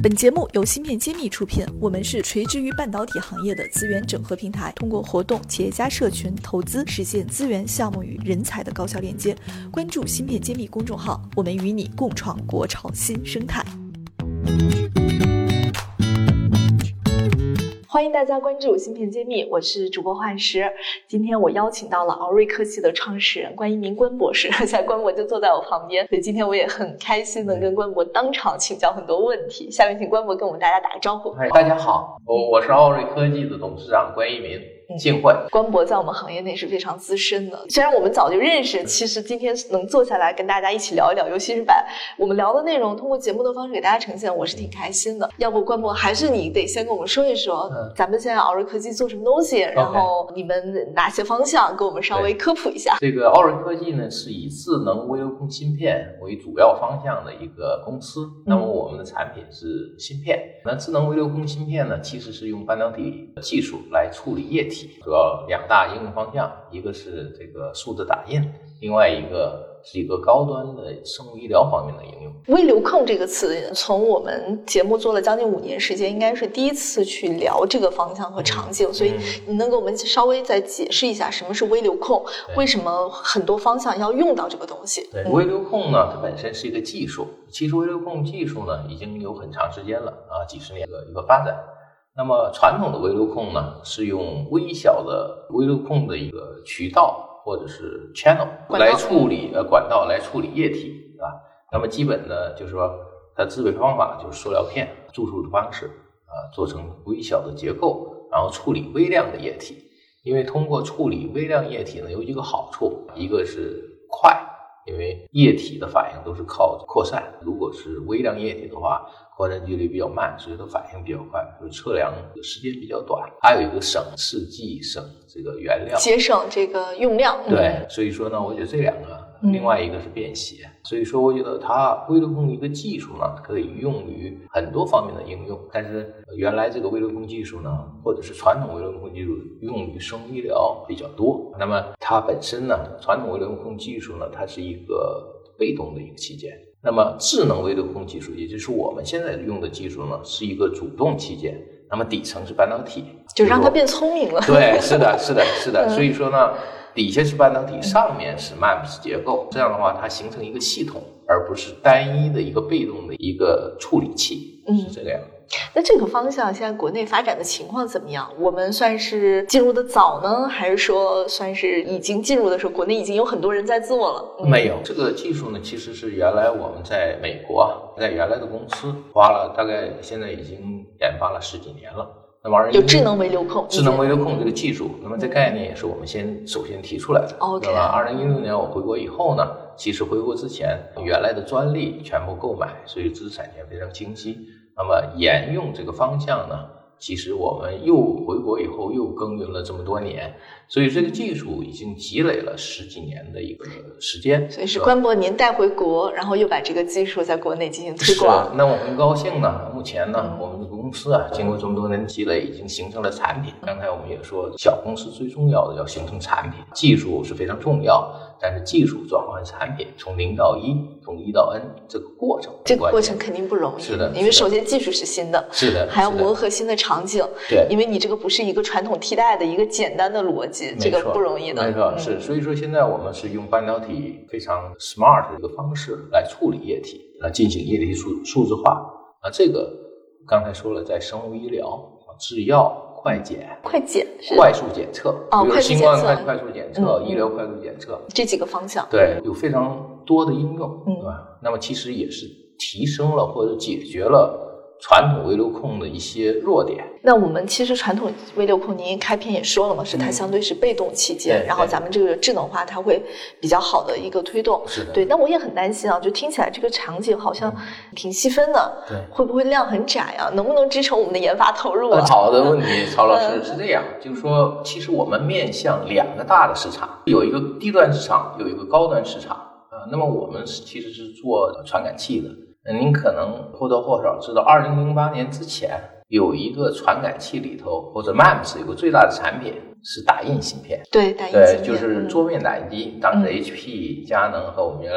本节目由芯片揭秘出品，我们是垂直于半导体行业的资源整合平台，通过活动、企业家社群、投资，实现资源、项目与人才的高效链接。关注芯片揭秘公众号，我们与你共创国潮新生态。欢迎大家关注芯片揭秘，我是主播幻石。今天我邀请到了鳌瑞科技的创始人关一鸣关博士，现在关博就坐在我旁边，所以今天我也很开心的跟关博当场请教很多问题。下面请关博跟我们大家打个招呼。 大家好，我是鳌瑞科技的董事长关一鸣。幸会。 关博在我们行业内是非常资深的，虽然我们早就认识，其实今天能坐下来跟大家一起聊一聊，尤其是把我们聊的内容通过节目的方式给大家呈现，我是挺开心的。要不关博还是你得先跟我们说一说，咱们现在鳌瑞科技做什么东西，然后你们哪些方向跟我们稍微科普一下。 这个鳌瑞科技呢是以智能微流控芯片为主要方向的一个公司，那么我们的产品是芯片。那智能微流控芯片呢其实是用半导体技术来处理液体，主要两大应用方向，一个是这个数字打印，另外一个是一个高端的生物医疗方面的应用。 微流控这个词从我们节目做了将近5年时间，应该是第一次去聊这个方向和场景，所以你能给我们稍微再解释一下什么是微流控，为什么很多方向要用到这个东西。 对，微流控呢它本身是一个技术，其实微流控技术呢已经有很长时间了几十年的一个发展。那么传统的微流控呢是用微小的微流控的一个渠道或者是 channel 来处理管道来处理液体那么基本呢就是说它制备方法就是塑料片注入的方式做成微小的结构，然后处理微量的液体。因为通过处理微量液体呢有几个好处，一个是快，因为液体的反应都是靠扩散，如果是微量液体的话扩散距离比较慢，所以它反应比较快，所以测量的时间比较短。还有一个省试剂，省这个原料， 节省这个用量。 对，所以说呢我觉得这两个另外一个是便携，所以说我觉得它微流控一个技术呢可以用于很多方面的应用。但是原来这个微流控技术呢或者是传统微流控技术用于生物医疗比较多，那么它本身呢传统微流控技术呢它是一个被动的一个器件，那么智能微流控技术也就是我们现在用的技术呢是一个主动器件，那么底层是半导体， 就让它变聪明了。 对，是的所以说呢底下是半导体，上面是 MEMS 结构，这样的话它形成一个系统，而不是单一的一个被动的一个处理器，是这个样。 那这个方向现在国内发展的情况怎么样？我们算是进入的早呢，还是说算是已经进入的时候国内已经有很多人在做了？ 没有，这个技术呢其实是原来我们在美国在原来的公司花了大概现在已经研发了10几年了。那么有智能微流控这个技术，那么这概念也是我们首先提出来的。那么2016年我回国以后呢，其实回国之前原来的专利全部购买，所以知识产权非常清晰。那么沿用这个方向呢，其实我们又回国以后又耕耘了这么多年，所以这个技术已经积累了10几年的一个时间。 所以是关博您带回国，然后又把这个技术在国内进行推广。 那我很高兴呢，目前呢我们的公司经过这么多年积累已经形成了产品。刚才我们也说小公司最重要的要形成产品，技术是非常重要，但是技术转换产品从0到1，从1到 N 这个过程肯定不容易。 是的， 因为首先技术是新的， 是的， 还要磨合新的场景。 对， 因为你这个不是一个传统替代的一个简单的逻辑，这个不容易的。 没错，是。所以说现在我们是用半导体非常 smart 的一个方式来处理液体，进行液体数字化。这个刚才说了，在生物医疗、制药、快检是快速检测，比如新冠快速检测、医疗快速检测这几个方向， 对，有非常多的应用，对吧？那么其实也是提升了或者解决了传统微流控的一些弱点。 那我们其实传统微流控您开篇也说了嘛，是它相对是被动器件，然后咱们这个智能化它会比较好的一个推动。 是的， 对。那我也很担心就听起来这个场景好像挺细分的， 对， 会不会量很窄能不能支撑我们的研发投入好的问题，曹老师，是这样，就是说其实我们面向2个大的市场，有一个低端市场，有一个高端市场那么我们其实是做传感器的。您可能或多或少知道2008年之前有一个传感器里头或者 MEMS 有个最大的产品是打印芯片。 对，打印芯片， 就是桌面打印机，当时 HP、佳能和我们原来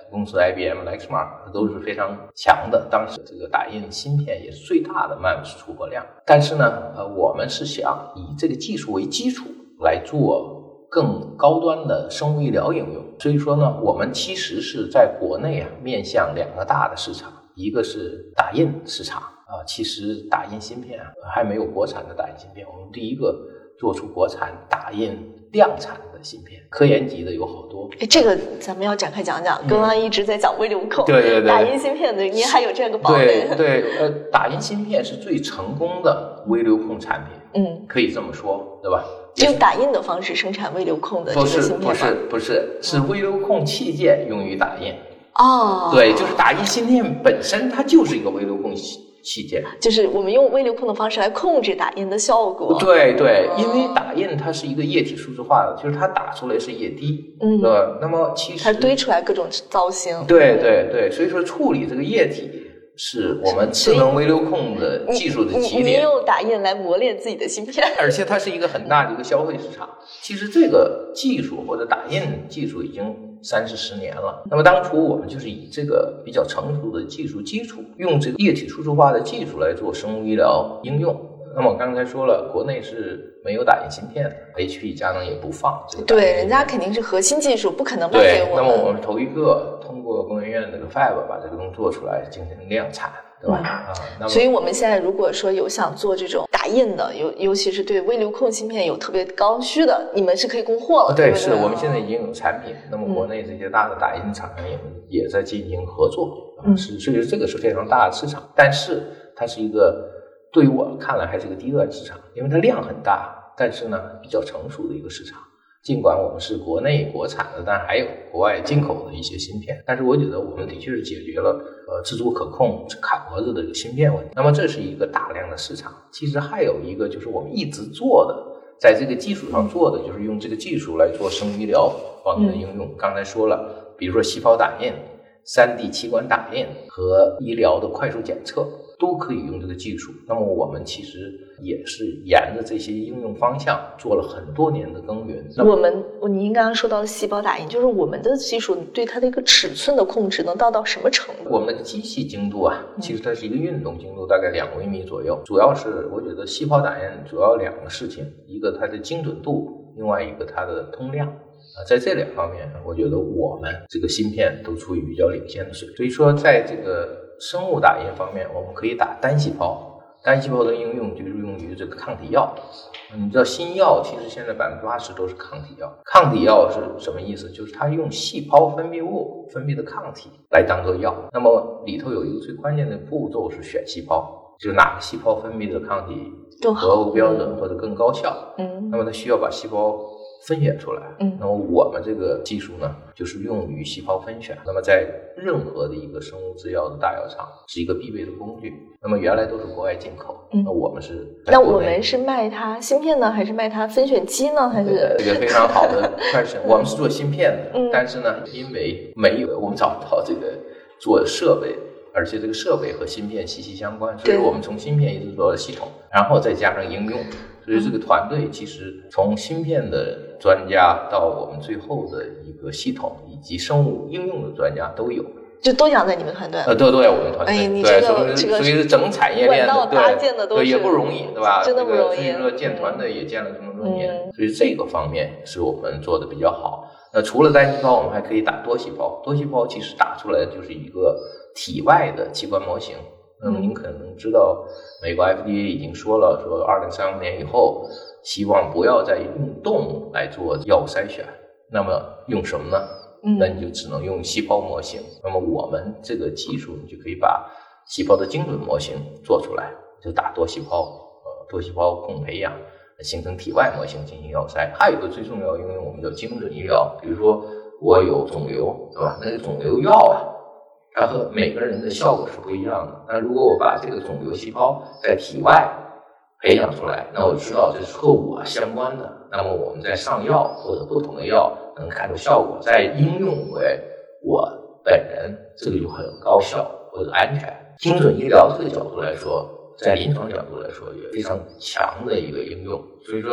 公司 IBM、Lexmark 都是非常强的，当时这个打印芯片也是最大的 MEMS 出货量。但是呢，我们是想以这个技术为基础来做更高端的生物医疗应用。所以说呢，我们其实是在国内面向2个大的市场，一个是打印市场其实打印芯片还没有国产的打印芯片，我们第一个做出国产打印量产的芯片，科研级的有好多。 这个咱们要展开讲讲。刚刚一直在讲微流控， 对， 打印芯片的，您还有这个堡垒。 对，打印芯片是最成功的微流控产品，可以这么说，对吧？ 用打印的方式生产微流控的这个芯片吗？ 不是，是微流控器件用于打印。 对， 就是打印芯片本身它就是一个微流控器件， 就是我们用微流控的方式来控制打印的效果。 对，因为打印它是一个液体数字化的，就是它打出来是液滴，那么其实它堆出来各种造型。 对，所以说处理这个液体是我们智能微流控的技术的起点。 你用打印来磨练自己的芯片， 而且它是一个很大的一个消费市场。其实这个技术或者打印技术已经30-40年了。那么当初我们就是以这个比较成熟的技术基础，用这个液体数字化的技术来做生物医疗应用。那么我刚才说了，国内是没有打印芯片的 ，HP 佳能也不放这个。 对，人家肯定是核心技术，不可能卖给我们。 那么我们头一个通过工研院那个 Fab 把这个东西做出来进行量产，对吧？ 所以我们现在如果说有想做这种打印的，尤其是对微流控芯片有特别刚需的，你们是可以供货了。 对，是我们现在已经有产品。那么国内这些大的打印厂商也在进行合作，所以这个是非常大的市场，但是它是一个对于我看来还是个低端市场，因为它量很大，但是呢比较成熟的一个市场。尽管我们是国内国产的，但还有国外进口的一些芯片，但是我觉得我们的确是解决了制作可控卡脖子的这个芯片问题。那么这是一个大量的市场。其实还有一个就是我们一直做的，在这个基础上做的，就是用这个技术来做生物医疗方面的应用。刚才说了，比如说细胞打印、3D 器官打印和医疗的快速检测都可以用这个技术。那么我们其实也是沿着这些应用方向做了很多年的耕耘。 您刚刚说到的细胞打印，就是我们的技术对它的一个尺寸的控制能到什么程度？ 我们的机器精度其实它是一个运动精度，大概2微米左右。主要是我觉得细胞打印主要2个事情，一个它的精准度，另外一个它的通量。在这2方面，我觉得我们这个芯片都处于比较领先的水平。所以说在这个生物打印方面，我们可以打单细胞，单细胞的应用就是用于这个抗体药。你知道新药其实现在80%都是抗体药。抗体药是什么意思？就是它用细胞分泌物分泌的抗体来当做药。那么里头有一个最关键的步骤是选细胞，就是哪个细胞分泌的抗体合乎标准或者更高效。那么它需要把细胞分选出来。那么我们这个技术呢，就是用于细胞分选。那么在任何的一个生物制药的大药厂是一个必备的工具。那么原来都是国外进口，那我们是卖它芯片呢，还是卖它分选机呢？还是这个非常好的 question。我们是做芯片的，但是呢，因为没有我们找不到这个做设备，而且这个设备和芯片息息相关，所以我们从芯片一直做到系统，然后再加上应用。所以这个团队其实从芯片的专家到我们最后的一个系统以及生物应用的专家都有， 就都养在你们团队。 都在我们团队。 你对， 所以整产业链的对也不容易，对吧？ 真的不容易。 所以说建团队也建了这么多年，所以这个方面是我们做的比较好。那除了单细胞，我们还可以打多细胞。多细胞其实打出来就是一个体外的器官模型。那么您可能知道，美国 FDA 已经说了，说2035年以后，希望不要再用动物来做药物筛选。那么用什么呢？那你就只能用细胞模型。那么我们这个技术，你就可以把细胞的精准模型做出来，就打多细胞，多细胞共培养，形成体外模型进行药筛。还有一个最重要的应用，我们叫精准医疗。比如说我有肿瘤，对吧？那个肿瘤药它和每个人的效果是不一样的。那如果我把这个肿瘤细胞在体外培养出来，那我知道这是和我相关的，那么我们在上药或者不同的药能看出效果，在应用为我本人，这个就很高效或者安全。精准医疗这个角度来说，在临床角度来说也非常强的一个应用。所以说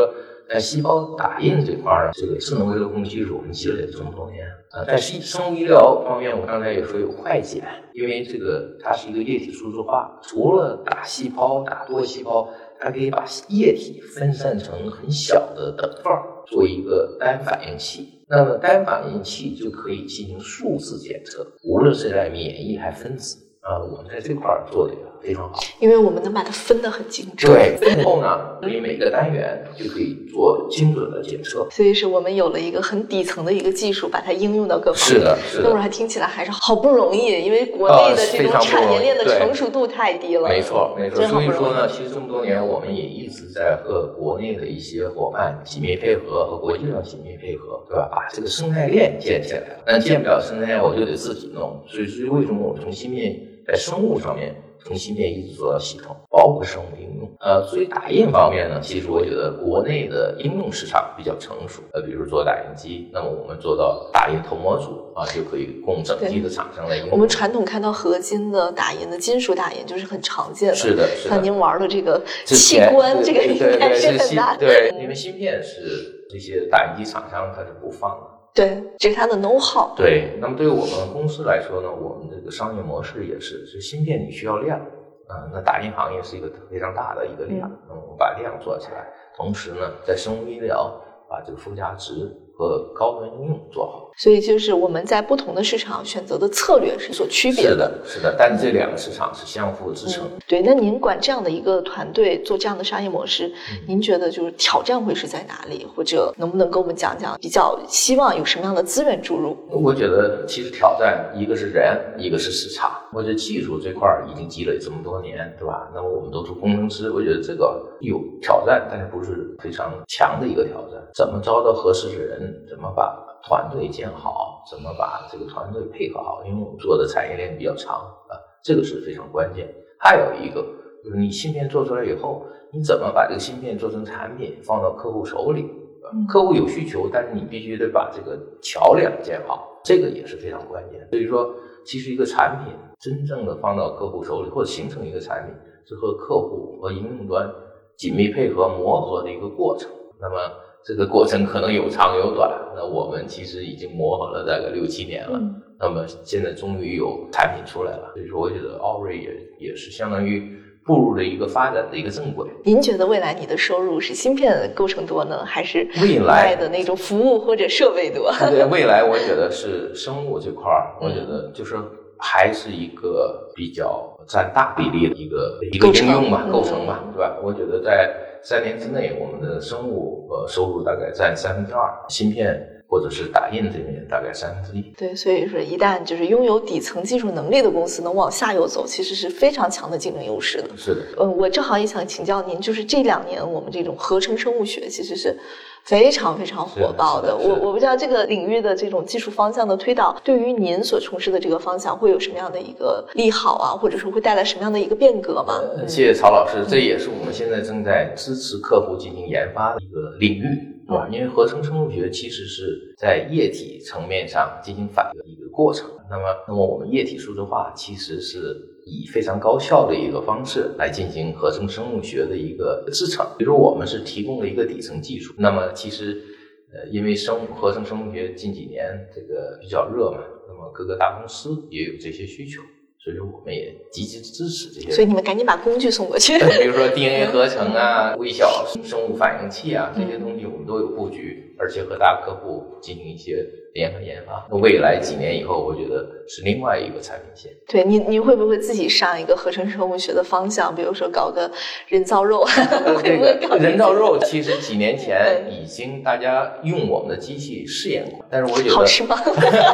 在细胞打印这块儿，这个智能微流控技术我们积累了这么多年。在生物医疗方面，我刚才也说有快检，因为这个它是一个液体数字化，除了打细胞、打多细胞，它可以把液体分散成很小的等份，做一个单反应器。那么单反应器就可以进行数字检测，无论是在免疫还分子。我们在这块做的也非常好， 因为我们能把它分得很精准。 对，然后呢，你每个单元就可以做精准的检测。 所以是我们有了一个很底层的一个技术，把它应用到各方面。 是的，是的。 那么还听起来还是好不容易，因为国内的这种产业链的成熟度太低了。 没错，没错。所以说呢，其实这么多年，我们也一直在和国内的一些伙伴紧密配合，和国际上紧密配合，对吧？把这个生态链建起来了。但建不了生态链，我就得自己弄。所以为什么我们从芯片在生物上面，从芯片一直做到系统，包括生物应用。所以打印方面呢，其实我觉得国内的应用市场比较成熟。比如做打印机，那么我们做到打印头模组就可以供整机的厂商来应用。 我们传统看到合金的打印的金属打印就是很常见的。 是的，是的。 像您玩的这个器官，这个应该是很大的。 对，因为芯片是这些打印机厂商它是不放的。 对，这是它的 know how。 对，那么对于我们公司来说呢，我们这个商业模式也是芯片你需要量那打印行业是一个非常大的一个量，那我们把量做起来，同时呢，在生物医疗把这个附加值和高端应用做好。 所以就是我们在不同的市场选择的策略是所区别的。 是的，是的，但是这两个市场是相互支撑。 对，那您管这样的一个团队做这样的商业模式，您觉得就是挑战会是在哪里？或者能不能跟我们讲讲比较希望有什么样的资源注入？ 我觉得其实挑战一个是人，一个是市场。或者技术这块已经积累这么多年，对吧？那么我们都是工程师，我觉得这个有挑战，但是不是非常强的一个挑战。怎么招到合适的人，怎么把团队建好，怎么把这个团队配合好，因为我们做的产业链比较长这个是非常关键。还有一个就是你芯片做出来以后，你怎么把这个芯片做成产品放到客户手里？客户有需求，但是你必须得把这个桥梁建好，这个也是非常关键。所以说其实一个产品真正的放到客户手里，或者形成一个产品，是和客户和应用端紧密配合磨合的一个过程。那么这个过程可能有长有短，那我们其实已经磨合了大概6-7年了，那么现在终于有产品出来了。所以说我觉得奥瑞也是相当于步入了一个发展的一个正轨。 您觉得未来你的收入是芯片构成多呢，还是卖的那种服务或者设备多？ 对，未来我觉得是生物这块我觉得就是还是一个比较占大比例的一个应用嘛，构成嘛，对吧？我觉得在3年之内，我们的生物收入大概占2/3，芯片或者是打印这边大概1/3。 对，所以说一旦就是拥有底层技术能力的公司能往下游走，其实是非常强的竞争优势的。 是的。 我正好也想请教您，就是这2年我们这种合成生物学其实是非常非常火爆的。我不知道这个领域的这种技术方向的推导，对于您所从事的这个方向会有什么样的一个利好啊，或者说会带来什么样的一个变革吗？ 谢谢曹老师，这也是我们现在正在支持客户进行研发的一个领域，对吧？因为合成生物学其实是在液体层面上进行反应的一个过程。那么我们液体数字化其实是以非常高效的一个方式来进行合成生物学的一个支撑。比如我们是提供了一个底层技术，那么其实因为合成生物学近几年这个比较热嘛，那么各个大公司也有这些需求，所以说我们也积极支持这些。 所以你们赶紧把工具送过去。 比如说 DNA 合成微小生物反应器这些东西我们都有布局，而且和大客户进行一些研发。那未来几年以后，我觉得是另外一个产品线。 对，你会不会自己上一个合成生物学的方向，比如说搞个人造肉？会不会搞人造肉？其实几年前已经大家用我们的机器试验过，但是我觉得好吃吗？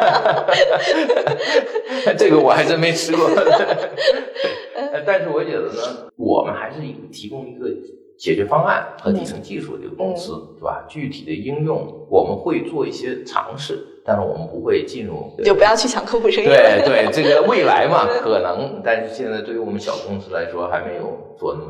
这个我还真没吃过。但是我觉得呢，我们还是提供一个解决方案和底层技术的一个公司，对吧？具体的应用我们会做一些尝试，但是我们不会进入， 就不要去抢客户生意。 对，这个未来嘛可能，但是现在对于我们小公司来说还没有做那么多。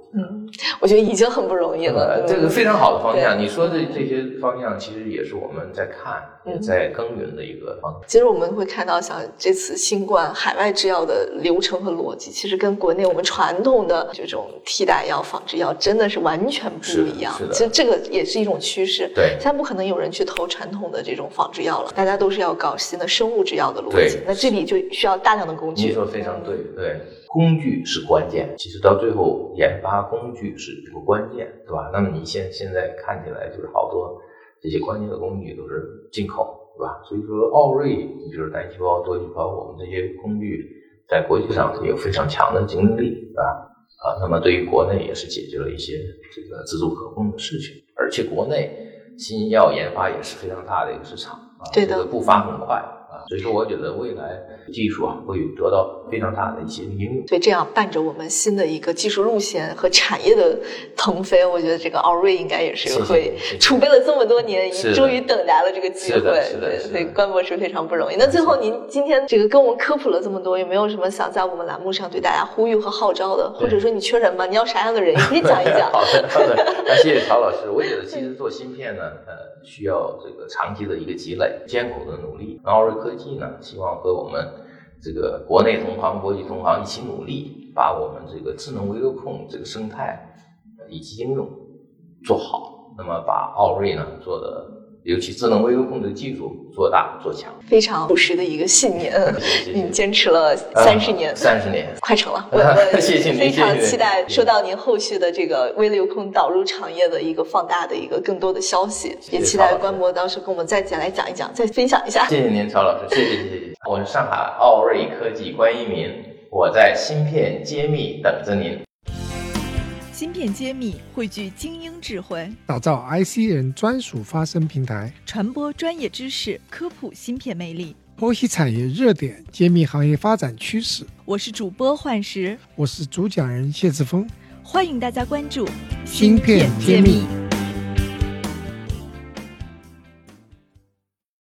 我觉得已经很不容易了。 这个非常好的方向，你说的这些方向其实也是我们在看也在耕耘的一个方向。 其实我们会看到像这次新冠海外制药的流程和逻辑，其实跟国内我们传统的这种替代药仿制药真的是完全不一样。其实这个也是一种趋势。 对， 现在不可能有人去投传统的这种仿制药了，大家都是要搞新的生物制药的逻辑。那这里就需要大量的工具。 你说非常对，对，工具是关键，其实到最后研发工具是一个关键，对吧？那么你现在看起来就是好多这些关键的工具都是进口，对吧？所以说奥瑞，你比如单细胞、多细胞，我们这些工具在国际上也有非常强的竞争力，对吧？那么对于国内也是解决了一些这个自主可控的事情，而且国内新药研发也是非常大的一个市场对的， 这个步伐很快所以说我觉得未来技术会得到非常大的一些应用。 所以这样伴着我们新的一个技术路线和产业的腾飞，我觉得这个奥瑞应该也是会储备了这么多年，终于等来了这个机会。对，所以关博士非常不容易。那最后您今天这个跟我们科普了这么多，有没有什么想在我们栏目上对大家呼吁和号召的？或者说你缺人吗？你要啥样的人也可以讲一讲。 好的，那谢谢曹老师。我觉得其实做芯片呢，需要这个长期的一个积累、艰苦的努力。奥瑞科技呢，希望和我们这个国内同行、国际同行一起努力，把我们这个智能微流控这个生态以及应用做好。那么把奥瑞呢做的，尤其智能微流控的技术做大做强。 非常朴实的一个信念，您坚持了30年 ，30年， 快成了。我谢谢您， 非常期待收到您后续的这个微流控导入产业的一个放大的一个更多的消息，也期待关博到时候跟我们再来讲一讲，再分享一下。 谢谢您，曹老师，谢谢。我是上海奥瑞科技关一鸣，我在芯片揭秘等着您。 芯片揭秘汇聚精英智慧， 打造 IC 人专属发声平台， 传播专业知识，科普芯片魅力， 剖析产业热点，揭秘行业发展趋势。 我是主播幻石， 我是主讲人谢志峰， 欢迎大家关注芯片揭秘。